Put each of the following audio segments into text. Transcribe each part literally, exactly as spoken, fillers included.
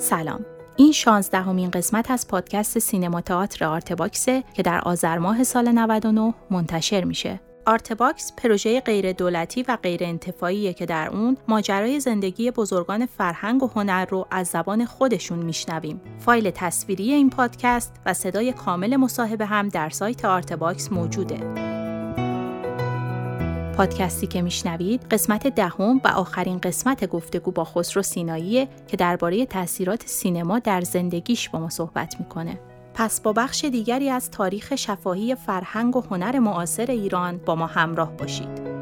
سلام. این شانزدهمین قسمت از پادکست سینما تئاتر آرتباکسه که در آذر ماه سال نود و نه منتشر میشه. آرتباکس پروژه غیر دولتی و غیر انتفاعیه که در اون ماجرای زندگی بزرگان فرهنگ و هنر رو از زبان خودشون میشنویم. فایل تصویری این پادکست و صدای کامل مصاحبه هم در سایت آرتباکس موجوده. پادکستی که میشنوید قسمت دهم و آخرین قسمت گفتگو با خسرو سیناییه که درباره تأثیرات سینما در زندگیش با ما صحبت میکنه. پس با بخش دیگری از تاریخ شفاهی فرهنگ و هنر معاصر ایران با ما همراه باشید.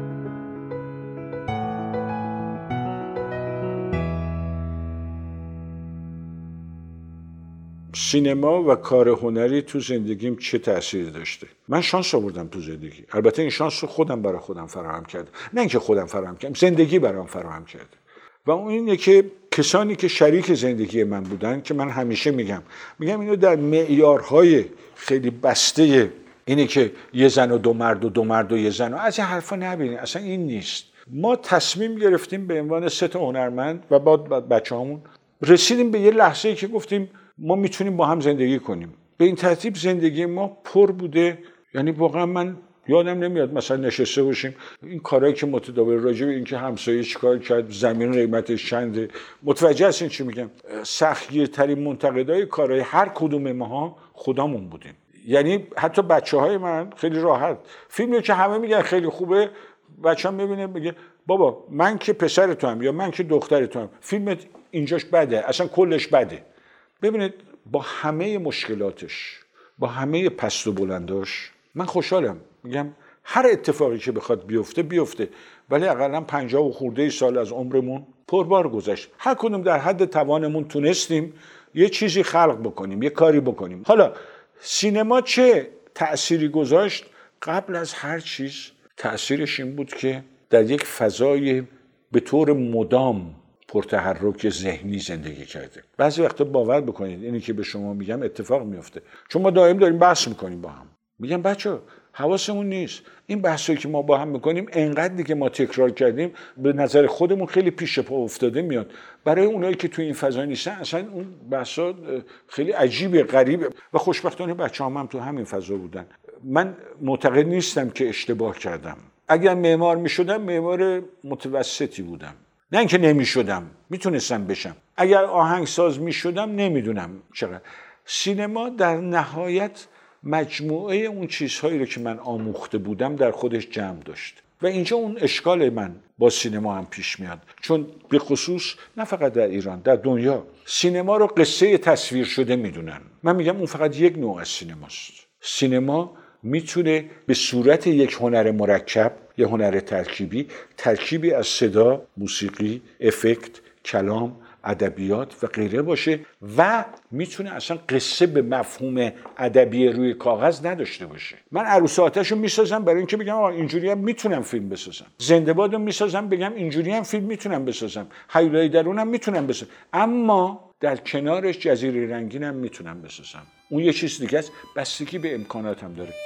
سینما و کار هنری تو زندگیم چه تأثیری داشته؟ من شانس آوردم تو زندگی. البته این شانس رو خودم برای خودم فراهم کردم. نه اینکه خودم فراهم کردم، زندگی برام فراهم کرده. و اون اینه که کسانی که شریک زندگی من بودن که من همیشه میگم میگم اینو در معیارهای خیلی بسته اینه که یه زن و دو مرد و دو مرد و یه زن و از این حرفا نبینید. اصلا این نیست. ما تصمیم گرفتیم به عنوان سه تا هنرمند و بعد بچه‌هامون رسیدیم به یه لحظه‌ای که گفتیم ما میتونیم با هم زندگی کنیم. به این ترتیب زندگی ما پر بوده. یعنی واقعا من یادم نمیاد مثلا نشسته باشیم این کارهایی که متداول راجع به این که همسایه چیکار کرد، زمین قیمتش چنده، متوجه هستین چی میگم؟ سختگیرترین منتقدای کارهای هر کدوم ماها خودمون بودیم. یعنی حتی بچه‌های من خیلی راحت فیلمی که همه میگن خیلی خوبه، بچه‌ام میبینه میگه بابا من که پسر تو هم یا من که دختر تو هم، فیلمت اینجاش بده، اصلا کلش بده. ببینید با همه مشکلاتش، با همه پست و بلنداش من خوشحالم. میگم هر اتفاقی که بخواد بیفته بیفته، ولی اقلا پنجاه و خورده سال از عمرمون پربار گذشت. هر کدوم در حد توانمون تونستیم یه چیزی خلق بکنیم، یه کاری بکنیم. حالا سینما چه تأثیری گذاشت؟ قبل از هر چیز تأثیرش این بود که در یک فضای به طور مدام پرتحرک ذهنی زندگی کرده. بعضی وقتا باور بکنید اینی که به شما میگم اتفاق میفته، چون ما دائم داریم بحث میکنیم با هم. میگم بچه حواسمون نیست این بحثایی که ما با هم میکنیم انقدری که ما تکرار کردیم به نظر خودمون خیلی پیش پا افتاده میاد. برای اونایی که تو این فضا نیستن اصلا اون بحثا خیلی عجیبه، غریبه. و خوشبختانه بچه‌هام هم تو همین فضا بودن. من معتقد نیستم که اشتباه کردم. اگر معمار میشدم معمار متوسطی بودم، نه اینکه نمیشدم، میتونستم بشم. اگر آهنگساز میشدم نمیدونم چقدر. سینما در نهایت مجموعه اون چیزهایی رو که من آموخته بودم در خودش جمع داشت. و اینجا اون اشکال من با سینما هم پیش میاد، چون به خصوص نه فقط در ایران، در دنیا سینما رو قصه تصویر شده میدونن. من میگم اون فقط یک نوع از سینماست. سینما میتونه به صورت یک هنر مرکب، یه هنر ترکیبی، ترکیبی از صدا، موسیقی، افکت، کلام، ادبیات و غیره باشه و میتونه اصلا قصه به مفهوم ادبی روی کاغذ نداشته باشه. من عروس آتشو میسازم برای اینکه بگم آقا اینجوری هم میتونم فیلم بسازم. زنده بادو میسازم بگم اینجوری هم فیلم میتونم بسازم. هیولای درونم میتونم بسازم. اما در کنارش جزیره رنگینم میتونم بسازم. اون یه چیز دیگه است، بستگی به امکاناتم داره.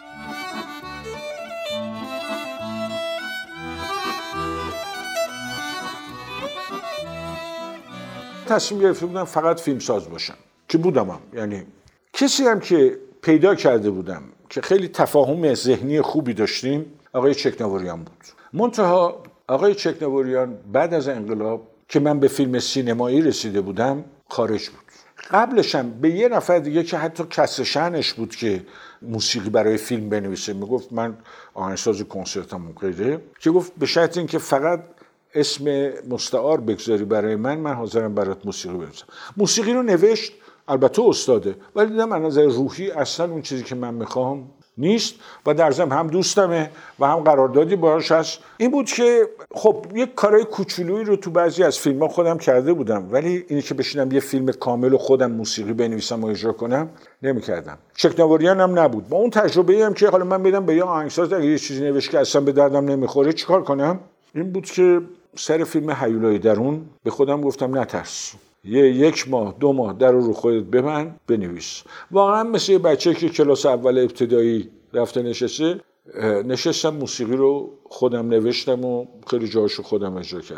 تصمیم گرفته بودم فقط فیلمساز باشم که بودم هم. یعنی کسی هم که پیدا کرده بودم که خیلی تفاهم ذهنی خوبی داشتیم آقای چکناوریان بود. منتها آقای چکناوریان بعد از انقلاب که من به فیلم سینمایی رسیده بودم خارج بود. قبلش هم به یه نفر دیگه که حتی کسر شأنش بود که موسیقی برای فیلم بنویسه میگفت من آهنگساز کنسرتم غیره، که گفت به شرط اینکه فقط اسم مستعار بگذاری برای من، من حاضرم برات موسیقی بنویسم. موسیقی رو نوشت، البته استاده، ولی دیدم از نظر روحی اصلا اون چیزی که من میخوام نیست و در ضمن هم دوستمه و هم قراردادی باهاش هست. این بود که خب یک کارهای کوچولویی رو تو بعضی از فیلم‌ها خودم کرده بودم، ولی اینی که بشینم یه فیلم کامل و خودم موسیقی بنویسم و اجرا کنم نمی‌کردم. چکناوریان هم نبود. با اون تجربه‌ای هم که حالا من بدم به یه آهنگساز اگه یه چیزی نوشت که اصلا به دردم نمیخوره چیکار کنم؟ این بود که سر فیلم هیولای درون به خودم گفتم نترس، یه یک ماه دو ماه در رو خودت ببند بنویس. واقعا مثل یه بچه که کلاس اول ابتدایی رفته نشسته، نشستم موسیقی رو خودم نوشتم و خیلی جاهاشو خودم اجرا کردم.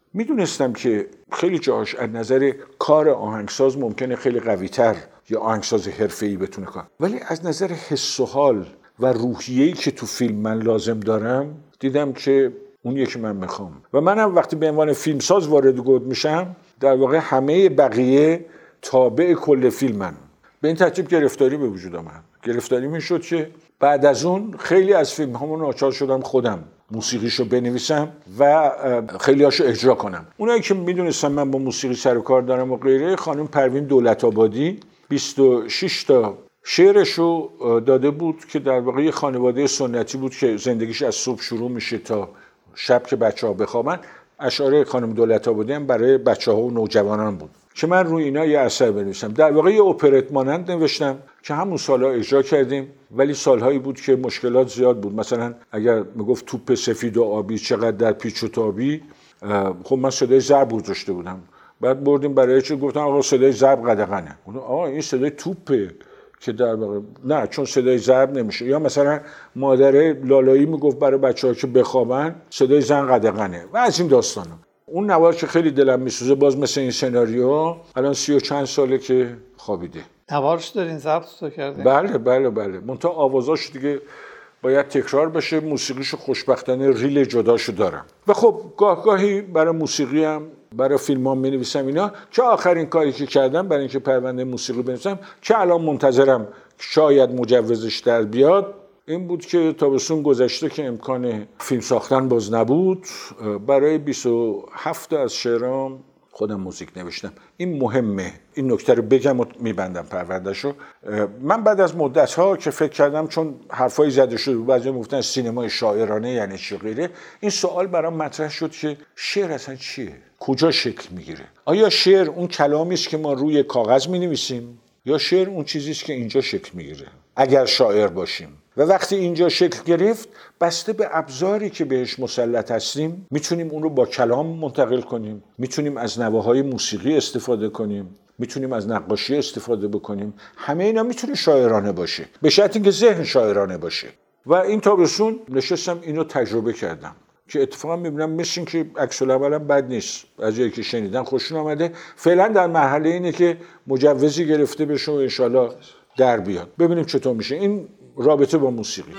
میدونستم که خیلی جاش از نظر کار آهنگساز ممکنه خیلی قوی‌تر یا آهنگساز حرفه‌ای بتونه کار، ولی از نظر حس و حال و روحیه‌ای که تو فیلم من لازم دارم دیدم که اون یکی من میخوام. و منم وقتی به عنوان فیلمساز وارد گود میشم در واقع همه بقیه تابع کل فیلمن. به این ترتیب گرفتاری به وجود آمد. گرفتاری میشد که بعد از اون خیلی از فیلم همون ناچار شدم خودم موسیقیشو بنویسم و خیلی هاشو اجرا کنم. اونایی که میدونستم من با موسیقی سر و کار دارم و غیره، خانم پروین دولت آبادی بیست و شش تا شعرشو داده بود که در واقع یه خانواده سنتی بود که زندگیش از صبح شروع میشه تا شب که بچه‌ها بخوابن. اشعار خانم دولت آبادی هم برای بچه‌ها و نوجوانان بود که من روی اینا یه اثر بنویسم. در واقع یه اپرت مانند نوشتم که همون سالها اجرا کردیم، ولی سالهایی بود که مشکلات زیاد بود. مثلا اگر میگفت توپ سفید و آبی چقدر در پیچ و تابی، خب من صدای ضرب گذاشته بودم. بعد بردیم برای چی، گفتم آقا صدای ضرب قدغنه. گفتم آقا این صدای توپه که در واقع نه، چون صدای ضرب نمیشه. یا مثلا مادر لالایی میگفت برای بچه‌ها که بخوابن صدای زن قدغنه و از این داستانا. اون نوار که خیلی دلم میسوزه، باز مثل این سناریو الان سی و چند ساله که خوابیده. نوارش دارین ضبط تو کردین؟ بله بله بله. منتها آوازاش دیگه باید تکرار بشه. موسیقیشو خوشبختانه ریل جداشو دارم. و خب گاه گاهی برای موسیقی هم برای فیلمام می‌نویسم اینا، که آخرین کاری که کردم برای اینکه پرونده موسیقی بنویسم که الان منتظرم شاید مجوزش در بیاد، این بود که تابستون گذشته که امکان فیلم ساختن باز نبود، برای بیست و هفت از شعرام خودم موزیک نوشتم. این مهمه، این نکته رو بگم و میبندم پروندهشو. من بعد از مدت‌ها که فکر کردم، چون حرفای زده شده بود، بعضی میگفتن سینمای شاعرانه یعنی چی غیره، این سوال برام مطرح شد که شعر اصلا چیه؟ کجا شکل میگیره؟ آیا شعر اون کلامی است که ما روی کاغذ مینویسیم، یا شعر اون چیزی است که اینجا شکل میگیره اگر شاعر باشیم؟ و وقتی اینجا شکل گرفت، بسته به ابزاری که بهش مسلط هستیم، میتونیم اون رو با کلام منتقل کنیم، میتونیم از نواهای موسیقی استفاده کنیم، میتونیم از نقاشی استفاده بکنیم. همه اینا میتونه شاعرانه باشه، به شرطی که ذهن شاعرانه باشه. و این تابستون نشستم اینو تجربه کردم که اتفاقا میبینم مثل این که عکس العملم بد نیست. از جایی که شنیدن خوششون آمده. فعلا در مرحله اینه که مجوزی گرفته بشه و انشالله در بیاد. ببینیم چطور میشه این رابطه با موسیقی.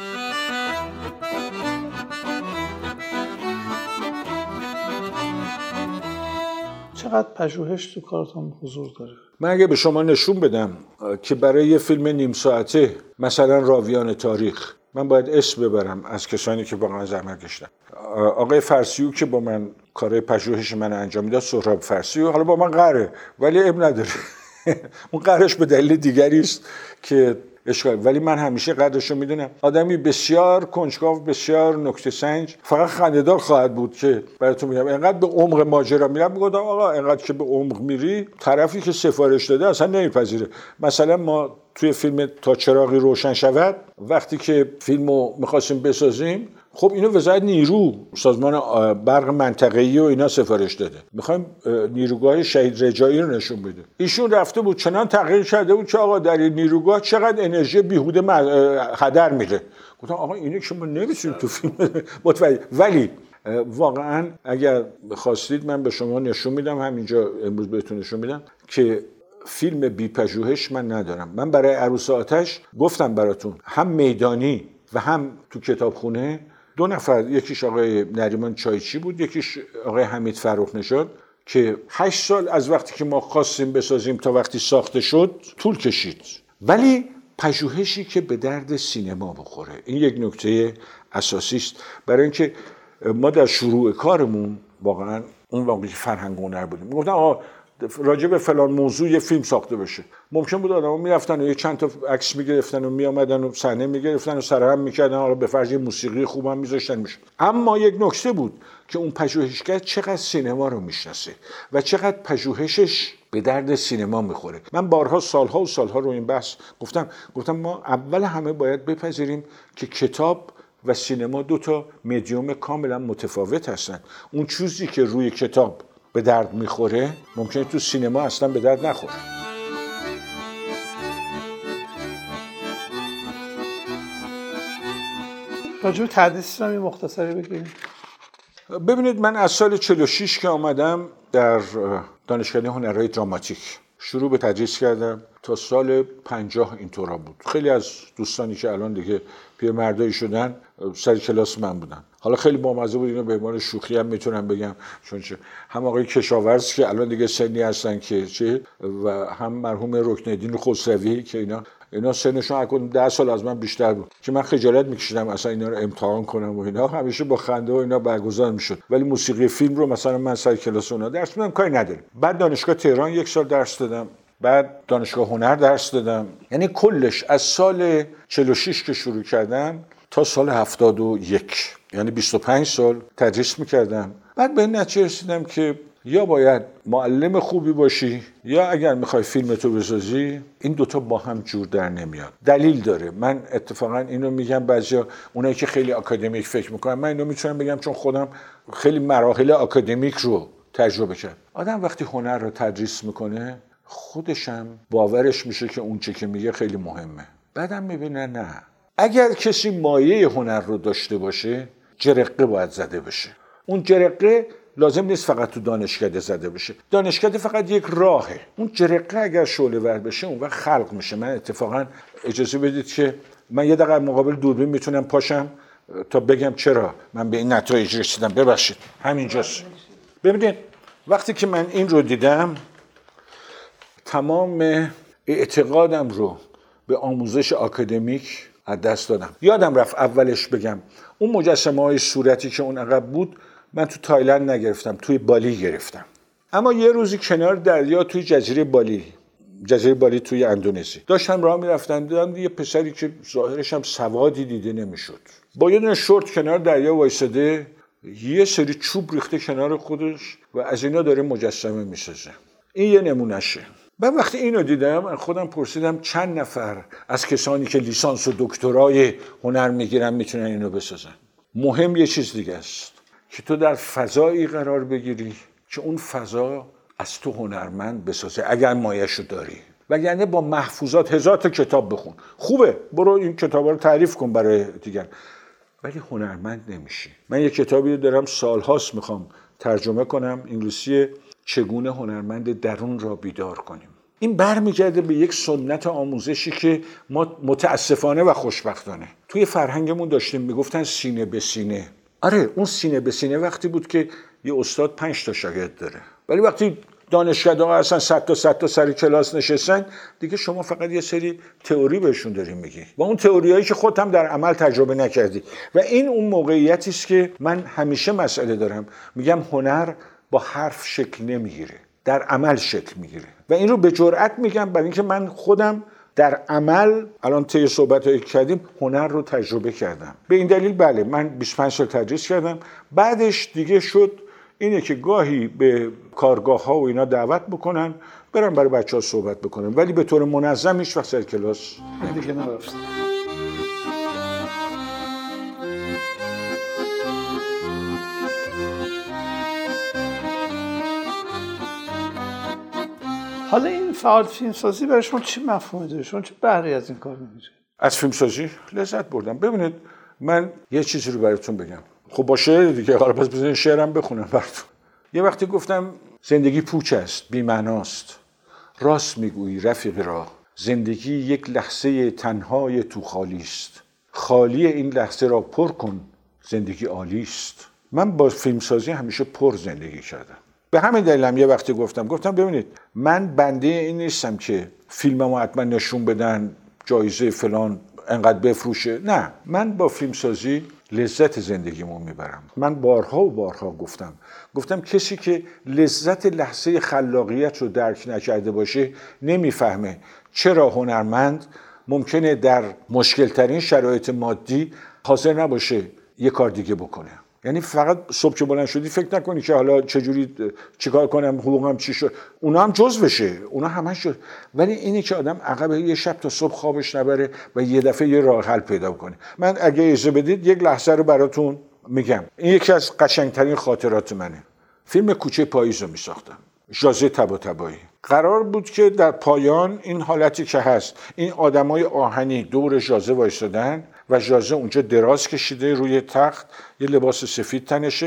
چقدر پژوهش تو کارتون حضور داره؟ من اگه به شما نشون بدم که برای یه فیلم نیم ساعته، مثلا راویان تاریخ، من باید اسم ببرم از کسانی که واقعا زحمت کشیدن. آقای فرسیو که با من کار پژوهش من انجام میداد، سهراب فرسیو، حالا با من قهره ولی اب نداره. اون قهرش به دلیل دیگری است که اشکال، ولی من همیشه قدرشو میدونم. آدمی بسیار کنجکاو، بسیار نکته سنج، فقط خنده‌دار خواهد بود که براتون میگم اینقدر به عمق ماجرا میرم. میگم آقا اینقدر که به عمق میری، طرفی که سفارش داده اصلا نمیپذیره. مثلا ما توی فیلم تا چراغی روشن شود، وقتی که فیلمو می‌خواستیم بسازیم، خب اینو وزارت نیرو، سازمان برق منطقه‌ای و اینا سفارش داده، میخوایم نیروگاه شهید رجایی رو نشون بده. ایشون رفته بود چنان تغییر کرده بود که آقا در این نیروگاه چقدر انرژی بیهوده هدر میره. گفتم آقا اینو که ما نمی‌تونیم تو فیلم متوجه. ولی واقعا اگر خواستید من به شما نشون میدم، همینجا امروز بهتون نشون میدم که فیلم بی پژوهش من ندارم. من برای عروس آتش گفتم براتون، هم میدانی و هم تو کتابخونه دو نفر، یکیش آقای نریمان چایچی بود، یکیش آقای حمید فرخ نژاد، که هشت سال از وقتی که ما خواستیم بسازیم تا وقتی ساخته شد طول کشید، ولی پژوهشی که به درد سینما بخوره. این یک نکته اساسی است، برای اینکه ما در شروع کارمون واقعا اون واقعی فرهنگ هنر بودیم. میگفتن آقا راجع به فلان موضوع یه فیلم ساخته بشه. ممکن بود آدم‌ها میرفتن و یه چند تا عکس میگرفتن و میآمدن و صحنه میگرفتن و سرهم میکردن، حالا به فرض موسیقی خوبم میذاشتن میشه. اما یک نکته بود که اون پژوهشگر چقدر سینما رو میشناسه و چقدر پژوهشش به درد سینما میخوره. من بارها سالها و سالها رو این بحث گفتم گفتم ما اول همه باید بپذیریم که کتاب و سینما دو تا مدیوم کاملا متفاوت هستن. اون چیزی که روی کتاب به درد میخوره ممکنه تو سینما اصلا به درد نخوره. راجع به تدریس هم یه مختصری بگیم. ببینید من از سال چهل و شش که آمدم در دانشکده هنرهای دراماتیک شروع به تدریس کردم تا سال پنجاه اینطورا بود. خیلی از دوستانی که الان دیگه پیرمردایی شدن سر کلاس من بودن. حالا خیلی بامزه بود، اینو به عنوان شوخی هم میتونم بگم، چون چه هم آقای کشاورز که الان دیگه سنی هستن که چه و هم مرحوم رکنالدین خسروی که اینا اینا سنشون اگه ده سال از من بیشتر بود که من خجالت میکشیدم اصلا اینا رو امتحان کنم و اینا، همیشه با خنده و اینا برگزار میشد. ولی موسیقی فیلم رو مثلا من سر کلاس اونا درس میدم، کاری نداریم. بعد دانشگاه تهران یک سال درس دادم، بعد دانشگاه هنر درس دادم. یعنی کلش از سال چهل و شش که شروع کردم تا سال هفتاد و یک، یعنی بیست و پنج سال تدریس میکردم. بعد به این نتیجه رسیدم که یا باید معلم خوبی باشی یا اگر میخوای فیلمتو بسازی، این دوتا با هم جور در نمیاد. دلیل داره. من اتفاقا اینو میگم، بعضیا اونایی که خیلی آکادمیک فکر میکنن، من اینو میتونم بگم چون خودم خیلی مراحل آکادمیک رو تجربه کردم. آدم وقتی هنر رو تدریس میکنه خودشم باورش میشه که اون چه که میگه خیلی مهمه. بعدم میبینه نه، اگر کسی مایه هنر رو داشته باشه جرقه باید زده بشه. اون جرقه لازم نیست فقط تو دانشکده زده بشه. دانشکده فقط یک راهه. اون جرقه اگر شعله ور بشه اون وقت خلق میشه. من اتفاقا اجازه بدید که من یه دقیقه مقابل دوربین میتونم پاشم تا بگم چرا من به این نتایج رسیدم. ببخشید همینجاست. ببینید وقتی که من این رو دیدم تمام اعتقادم رو به آموزش آکادمیک از دست دادم. یادم رفت اولش بگم اون مجسمه های صورتی که اون عقب بود من تو تایلند نگرفتم، توی بالی گرفتم. اما یه روزی کنار دریا توی جزیره بالی، جزیره بالی توی اندونزی داشتم راه میرفتم، دیدم یه پسری که ظاهرش هم سوادی دیده نمیشد، با یه دونه شورت کنار دریا وایساده، یه سری چوب ریخته کنار خودش و از اینا داره مجسمه میسازه. این یه نمونهشه. من وقتی اینو دیدم خودم پرسیدم چند نفر از کسانی که لیسانس و دکترای هنر میگیرن میتونن اینو بسازن. مهم یه چیز دیگه است که تو در فضایی قرار بگیری که اون فضا از تو هنرمند بسازه اگر مایه‌شو داری. وگرنه با محفوظات هزار تا کتاب بخون، خوبه، برو این کتابا رو تعریف کن برای دیگر، ولی هنرمند نمیشی. من یه کتابی دارم سالهاست میخوام ترجمه کنم، انگلیسی، چگونه هنرمند درون را بیدار کنیم. این برمیگرده به یک سنت آموزشی که ما متاسفانه و خوشبختانه توی فرهنگمون داشتیم، میگفتن سینه به سینه. آره اون سینه به سینه وقتی بود که یه استاد پنج تا شاگرد داره، ولی وقتی دانشکده ها اصلا صد تا صد تا سر کلاس نشستن دیگه شما فقط یه سری تئوری بهشون داریم میگی و اون تئوریایی که خودت هم در عمل تجربه نکردی. و این اون موقعیتی است که من همیشه مسئله دارم، میگم هنر با حرف شکل نمیگیره، در عمل شکل میگیره. و این رو به جرئت میگم برای اینکه من خودم در عمل الان طی صحبتایی که کردیم هنر رو تجربه کردم. به این دلیل بله من بیست و پنج سال تدریس کردم. بعدش دیگه شد اینه که گاهی به کارگاه ها و اینا دعوت بکنن برم برای بچه ها صحبت بکنم، ولی به طور منظم هیچ وقت سر کلاس دیگه نرفتم. حالا این فعال فیلمسازی برای شما چی مفهومی داره؟ شما چه بهره از این کار می‌گیرید؟ از فیلمسازی لذت بردم. ببینید من یه چیزی رو براتون بگم. خب با شعر دیگه، حالا پس بزنین شعرم بخونم براتون. یه وقتی گفتم زندگی پوچ است، بی‌معناست. راست میگویی رفیق را، زندگی یک لحظه تنهای تو خالی است. خالی این لحظه را پر کن، زندگی عالی است. من با فیلمسازی همیشه پر زندگی کردم. به همین دلیلم یه وقتی گفتم گفتم ببینید من بنده این نیستم که فیلممو حتما نشون بدن جایزه فلان انقدر بفروشه. نه، من با فیلمسازی لذت زندگیمو میبرم. من بارها و بارها گفتم گفتم کسی که لذت لحظه خلاقیت رو درک نکرده باشه نمیفهمه چرا هنرمند ممکنه در مشکل ترین شرایط مادی حاضر نباشه یه کار دیگه بکنه. یعنی فقط صبح که بلند شدی فکر نکنی که حالا چجوری چیکار کنم، حقوقم چی شد، اونا هم جزوشه، اونا همش جزو. ولی اینی که آدم عقب یه شب تا صبح خوابش نبره و یه دفعه یه راه حل پیدا کنه. من اگه اجازه بدید یک لحظه رو براتون میگم. این یکی از قشنگترین خاطرات منه. فیلم کوچه پاییز رو میساختم، ژازه طباطبایی. قرار بود که در پایان این حالتی که هست، این آدمای آهنی دور ژازه وایسادن و ژازه اونجا دراز کشیده روی تخت، یه لباس سفید تنشه،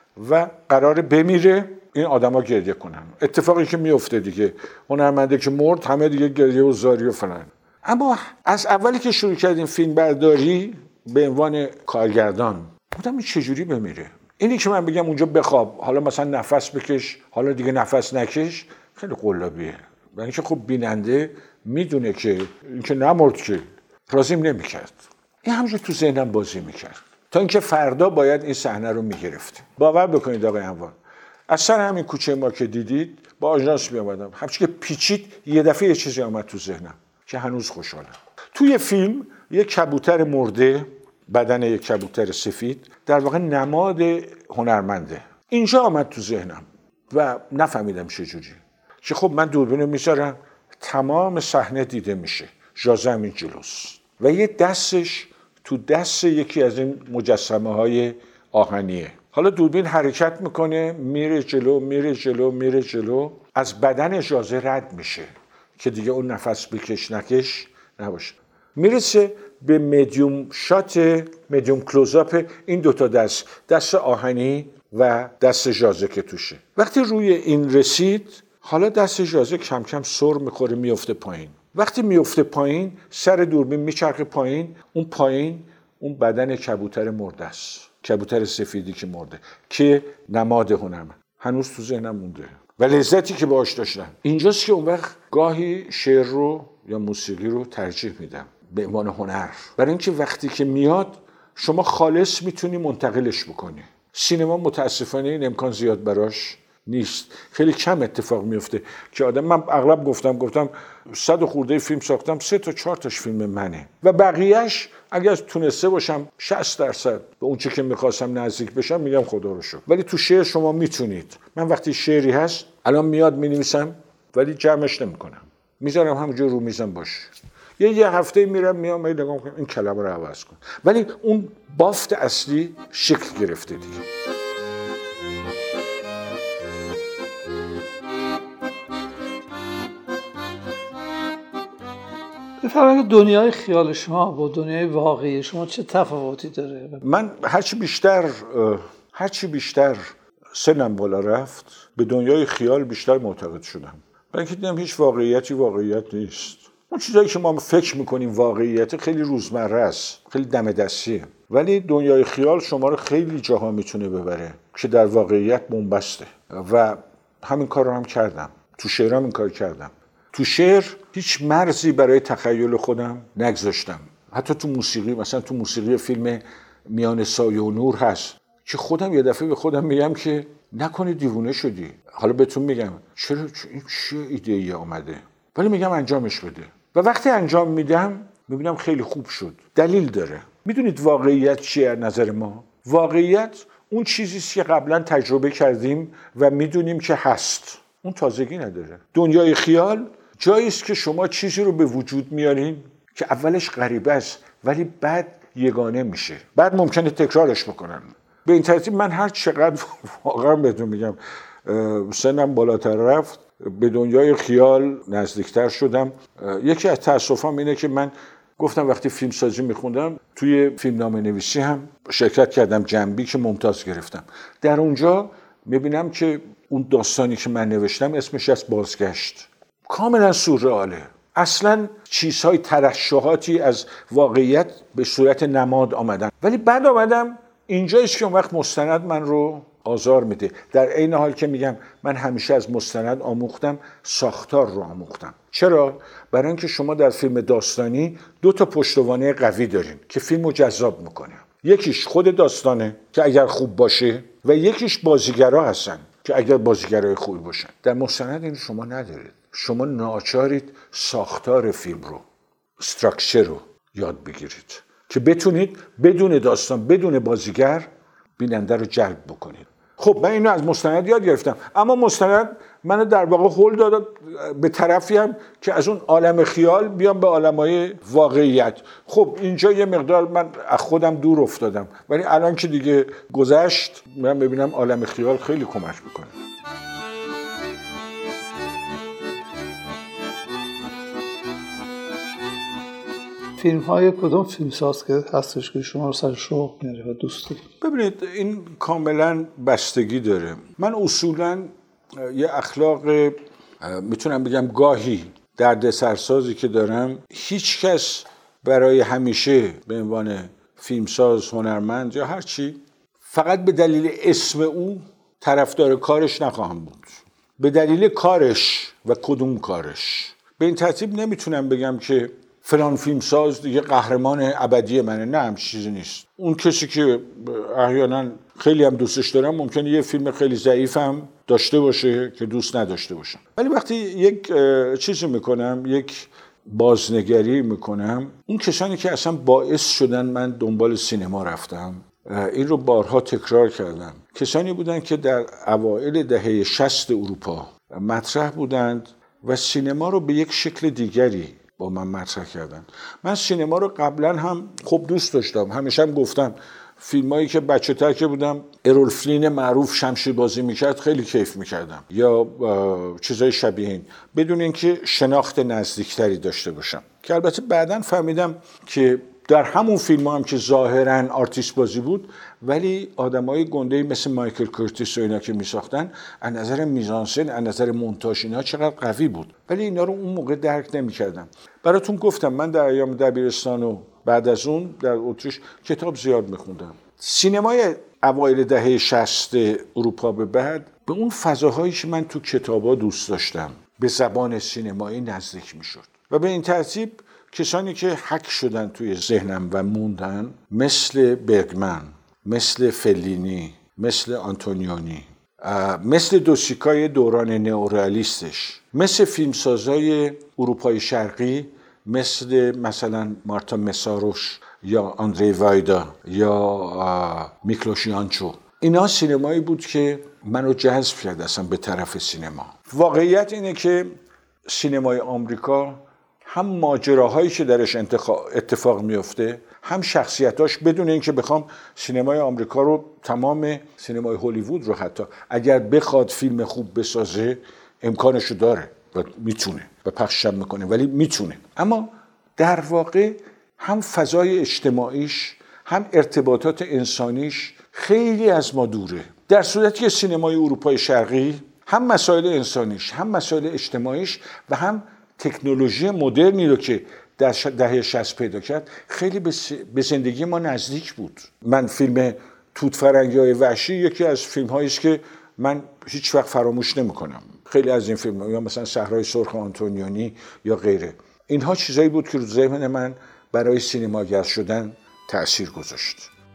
و قراره بمیره، این آدما گریه کنن. اتفاقی که میفته دیگه، هنرمنده که مرد همه دیگه گریه و زاری و فلان. اما از اولی که شروع کردیم فیلم برداری به عنوان کارگردان، بودم این چجوری بمیره؟ اینی که من بگم اونجا بخواب، حالا مثلا نفس بکش، حالا دیگه نفس نکش، خیلی قلابیه. و اینکه خب بیننده میدونه که اینکه نمرد که راضیم نمیکرد. این همونجور تو ذهنم بازی میکرد تا اینکه فردا باید این صحنه رو میگرفت. باور بکنید آقای انوار، از سر همین کوچه ما که دیدید با آژانس میامدم، همچون که پیچید یه دفعه یه چیزی اومد تو ذهنم که هنوز خوشحالم. توی فیلم یک کبوتر مرده، بدن یک کبوتر سفید، در واقع نماد هنرمنده. اینجا آمد تو ذهنم و نفهمیدم چجوری. که خب من دوربینو میذارم، تمام صحنه دیده میشه، ژازه همین جلوست و یه دستش تو دست یکی از این مجسمه های آهنیه. حالا دوربین حرکت میکنه، میره جلو میره جلو میره جلو، از بدن ژازه رد میشه که دیگه اون نفس بکش نکش نباشه. میرسه به مدیوم شات، مدیوم کلوزآپ این دوتا دست، دست آهنی و دست ژازه که توشه. وقتی روی این رسید، حالا دست ژازه کم کم سر میخوره، میفته پایین. وقتی میفته پایین، سر دوربین میچرخه پایین، اون پایین اون بدن کبوتر مرده است، کبوتر سفیدی که مرده، که نماد هنرم هنوز تو ذهنم مونده و لذتی که باهاش داشتم. اینجاست که اون وقت گاهی شعر رو یا موسیقی رو ترجیح میدم به عنوان هنر، برای اینکه وقتی که میاد شما خالص میتونی منتقلش بکنی. سینما متاسفانه این امکان زیاد براش نیست. خیلی کم اتفاق میفته که آدم، من اغلب گفتم گفتم صد خورده فیلم ساختم، سه تا چهار تاش فیلم منه و بقیهش اگر تونسته باشم شصت درصد به اون چه که میخواستم نزدیک بشم، میگم خدا رو شکر. ولی تو شعر شما میتونید، من وقتی شعری هست الان میاد مینویسم ولی جمعش نمیکنم، میذارم همونجور رو میزم باشه، یه یه هفته میرم میام نگاه میکنم این کلمه رو عوض کن، ولی اون بافت اصلی شکل گرفته دیگه. بفرمایید دنیای خیال شما با دنیای واقعی شما چه تفاوتی داره؟ من هرچی بیشتر هرچی بیشتر سنم بالا رفت، به دنیای خیال بیشتر معتقد شدم. برای اینکه دیدم هیچ واقعیتی واقعیت نیست. اون چیزایی که ما فکر میکنیم واقعیت خیلی روزمره است، خیلی دم دستیه، ولی دنیای خیال شما رو خیلی جاها میتونه ببره که در واقعیت بنبسته و همین کار رو هم کردم. تو شعرام این کار کردم. تو شعر هیچ مرزی برای تخیل خودم نگذاشتم. حتی تو موسیقی، مثلا تو موسیقی فیلم میان سایه و نور هست که خودم یه دفعه به خودم میگم که نکنه دیوونه شدی. حالا بهتون میگم چرا این چه ایده‌ای آمده، ولی میگم انجامش بده و وقتی انجام میدم میبینم خیلی خوب شد. دلیل داره. میدونید واقعیت چیه از نظر ما؟ واقعیت اون چیزیست که قبلا تجربه کردیم و میدونیم که هست. اون تازگی نداره. دنیای خیال جایی است که شما چیزی رو به وجود میارین که اولش غریبه است ولی بعد یگانه میشه، بعد ممکنه تکرارش بکنن. به این ترتیب من هر چقدر واقعا بهتون میگم سنم بالاتر رفت، به دنیای خیال نزدیکتر شدم. یکی از تأسفام اینه که من گفتم وقتی فیلم سازی میخوندم توی فیلمنامه نویسی هم شرکت کردم، جنبی که ممتاز گرفتم. در اونجا میبینم که اون داستانی که من نوشتم اسمش از بازگشت، کاملا سورئاله. اصلا چیزهای ترشحاتی از واقعیت به صورت نماد آمدن، ولی بعد آمدم اینجاییست که اون وقت مستند من رو آزار میده. در عین حال که میگم من همیشه از مستند آموختم، ساختار رو آموختم. چرا؟ برای اینکه شما در فیلم داستانی دو تا پشتوانه قوی دارین که فیلم رو جذاب میکنه. یکیش خود داستانه که اگر خوب باشه و یکیش بازیگرا هستن که اگر بازیگرای خوبی باشن. در مستند این شما ندارید. شما ناچارید ساختار فیلم رو، استراکچر رو یاد بگیرید که بتونید بدون داستان، بدون بازیگر بیننده رو جلب بکنید. خب من اینو از مستند یاد گرفتم، اما مستند منو در واقع هول داد به طرفی هم که از اون عالم خیال بیام به عالمای واقعیت. خب اینجا یه مقدار من از خودم دور افتادم، ولی الان که دیگه گذشت من ببینم عالم خیال خیلی کمک میکنه. فیلم های کدوم فیلمساز که هستش که شما رو سر شوق میاره و دوست دارید؟ ببینید این کاملا بستگی داره. من اصولا یه اخلاق میتونم بگم گاهی دردسرسازی که دارم، هیچ کس برای همیشه به عنوان فیلمساز، هنرمند یا هر چی فقط به دلیل اسم او طرفدار کارش نخواهم بود. به دلیل کارش و کدوم کارش. به این ترتیب نمیتونم بگم که فلان فیلمساز دیگه قهرمان ابدی منه. نه، هم چیزی نیست. اون کسی که احیانا خیلی هم دوستش دارم ممکنه یه فیلم خیلی ضعیف هم داشته باشه که دوست نداشته باشم. ولی وقتی یک چیزی میکنم، یک بازنگری میکنم، اون کسانی که اصلا باعث شدن من دنبال سینما رفتم، این رو بارها تکرار کردم، کسانی بودند که در اوایل دهه شصت اروپا مطرح بودند و سینما رو به یک شکل دیگری با من مطرح کردن. من سینما رو قبلا هم خوب دوست داشتم، همیشه هم گفتم فیلمایی که بچه‌تر که بودم ارول فلین معروف شمشیر بازی میکرد خیلی کیف میکردم، یا چیزای شبیه این، بدون اینکه شناخت نزدیکتری داشته باشم. که البته بعداً فهمیدم که در همون فیلم هم که ظاهراً آرتیست بازی بود، ولی آدمای گنده‌ای مثل مایکل کورتیس و اینا که میساختن از نظر میزانسن، از نظر مونتاژ اینا چقدر قوی بود، ولی اینا رو اون موقع درک نمی‌کردم. براتون گفتم من در ایام دبیرستان و بعد از اون در اتریش کتاب زیاد می‌خوندم. سینمای اوایل دهه شصت اروپا به بعد به اون فضاهایی که من تو کتابا دوست داشتم به زبان سینمایی نزدیک می‌شد و به این ترتیب کسانی که حک شدن توی ذهنم و موندن مثل برگمن، مثل فلینی، مثل آنتونیونی، مثل دوسیکای دوران نئورئالیستش، مثل فیلمسازای اروپای شرقی مثل مثلا مارتا مساروش یا آندری وایدا یا میکلوش یانچو. اینا سینمایی بود که منو جذب کرد اصلا به طرف سینما. واقعیت اینه که سینمای آمریکا هم ماجراهایی که درش اتفاق میفته، هم شخصیتاش، بدون اینکه بخوام سینمای آمریکا رو، تمام سینمای هالیوود رو حتی اگر بخواد فیلم خوب بسازه امکانشو داره و میتونه و پخشش میکنه، ولی میتونه. اما در واقع هم فضای اجتماعیش هم ارتباطات انسانیش خیلی از ما دوره، در صورتی که سینمای اروپای شرقی هم مسائل انسانیش هم مسائل اجتماعیش و هم تکنولوژی مدرنی رو که در دهه شصت پیدا کرد خیلی به زندگی ما نزدیک بود. من فیلم توت فرنگی‌های وحشی یکی از فیلم‌هایی است که من هیچ وقت فراموش نمی‌کنم. خیلی از این فیلم‌ها، یا مثلا صحرای سرخ آنتونیونی یا غیره، اینها چیزایی بود که رو ذهن من برای سینماگر شدن تأثیر گذاشت.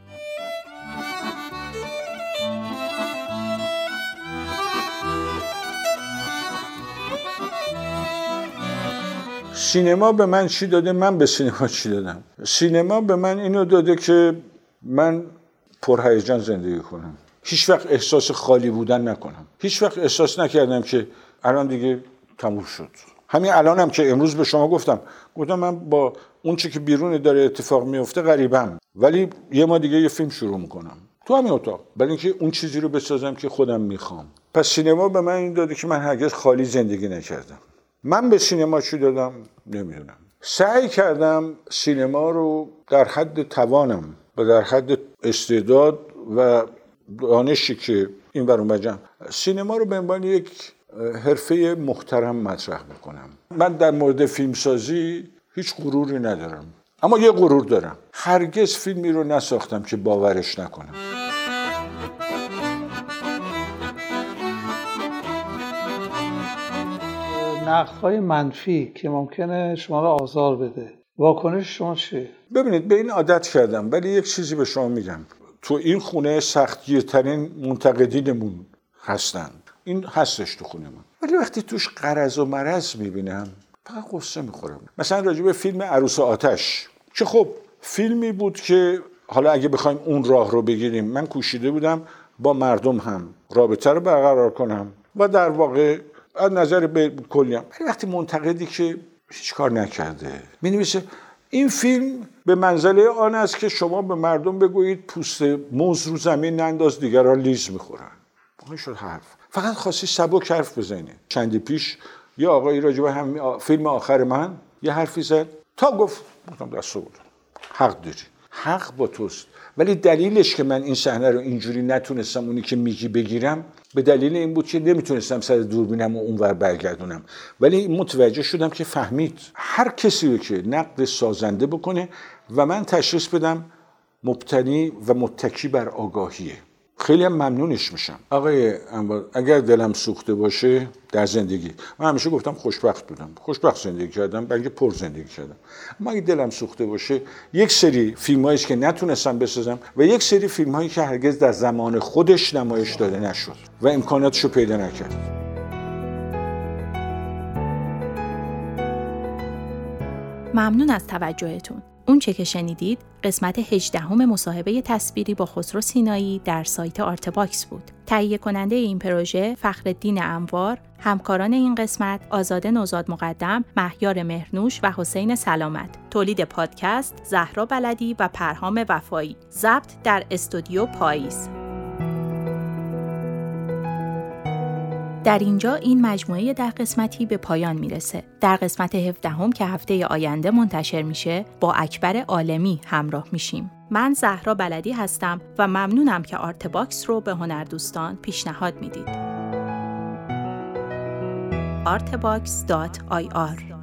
سینما به من چی داده؟ من به سینما چی دادم؟ سینما به من اینو داده که من پرهیجان زندگی کنم، هیچ وقت احساس خالی بودن نکنم، هیچ وقت احساس نکردم که الان دیگه تموم شد. همین الانم هم که امروز به شما گفتم گفتم من با اون چی که بیرون داره اتفاق میفته غریبم، ولی یه ما دیگه یه فیلم شروع میکنم تو همین اتاق، برای اینکه اون چیزی رو بسازم که خودم میخوام. پس سینما به من این داده که من هرگز خالی زندگی نکردم. من به سینما چی دادم؟ نمیدونم. سعی کردم سینما رو در حد توانم و در حد استعداد و دانشی که این ور اومدم سینما رو به عنوان یک حرفه محترم مطرح میکنم. من در مورد فیلمسازی هیچ غروری ندارم، اما یه غرور دارم، هرگز فیلمی رو نساختم که باورش نکنم. نقدهای منفی که ممکنه شما رو آزار بده، واکنش شما چیه؟ ببینید به این عادت کردم، ولی یک چیزی به شما میگم، تو این خونه سختگیرترین منتقدینمون هستن، این هستش تو خونه من، ولی وقتی توش غرض و مرض میبینم فقط قصه میخورم. مثلا راجع به فیلم عروس آتش که خب فیلمی بود که حالا اگه بخوایم اون راه رو بگیریم، من کوشیده بودم با مردم هم رابطه رو برقرار کنم و در واقع از نظر کلی هم، ولی وقتی منتقدی که هیچ کار نکرده می‌نویسه این فیلم به منزله آن است که شما به مردم بگویید پوست موز رو زمین ننداز دیگران لیز میخورن. این شد حرف، فقط خواستی سبک حرف بزنی. چندی پیش یه آقایی راجع به هم فیلم آخر من یه حرفی زد تا گفت گفتم دست بود، حق داری. حق با توست. ولی دلیلش که من این صحنه رو اینجوری نتونستم اونی که میگی بگیرم به دلیل این بود که نمیتونستم سر دوربینم و اونور برگردونم. ولی متوجه شدم که فهمید هر کسی رو که نقد سازنده بکنه و من تشخیص بدم مبتنی و متکی بر آگاهیه. خیلی هم ممنونش میشم. آقای انوار، اگر دلم سوخته باشه در زندگی، من همیشه گفتم خوشبخت بودم، خوشبخت زندگی کردم، بلکه پر زندگی کردم. اما اگه دلم سوخته باشه، یک سری فیلمایی که نتونستم بسازم و یک سری فیلمایی که هرگز در زمان خودش نمایش داده نشد و امکاناتشو پیدا نکرد. ممنون از توجهتون. اون چه که شنیدید قسمت هجدهم مصاحبه تصویری با خسرو سینایی در سایت آرتباکس بود. تهیه کننده این پروژه فخرالدین انوار، همکاران این قسمت آزاده نوزاد مقدم، مهیار مهرنوش و حسین سلامت. تولید پادکست زهرا بلدی و پرهام وفایی. ضبط در استودیو پاییز. در اینجا این مجموعه ده قسمتی به پایان میرسه. در قسمت هفدهم که هفته آینده منتشر میشه با اکبر عالمی همراه میشیم. من زهرا بلدی هستم و ممنونم که آرتباکس رو به هنردوستان پیشنهاد میدید. آرتباکس دات آی آر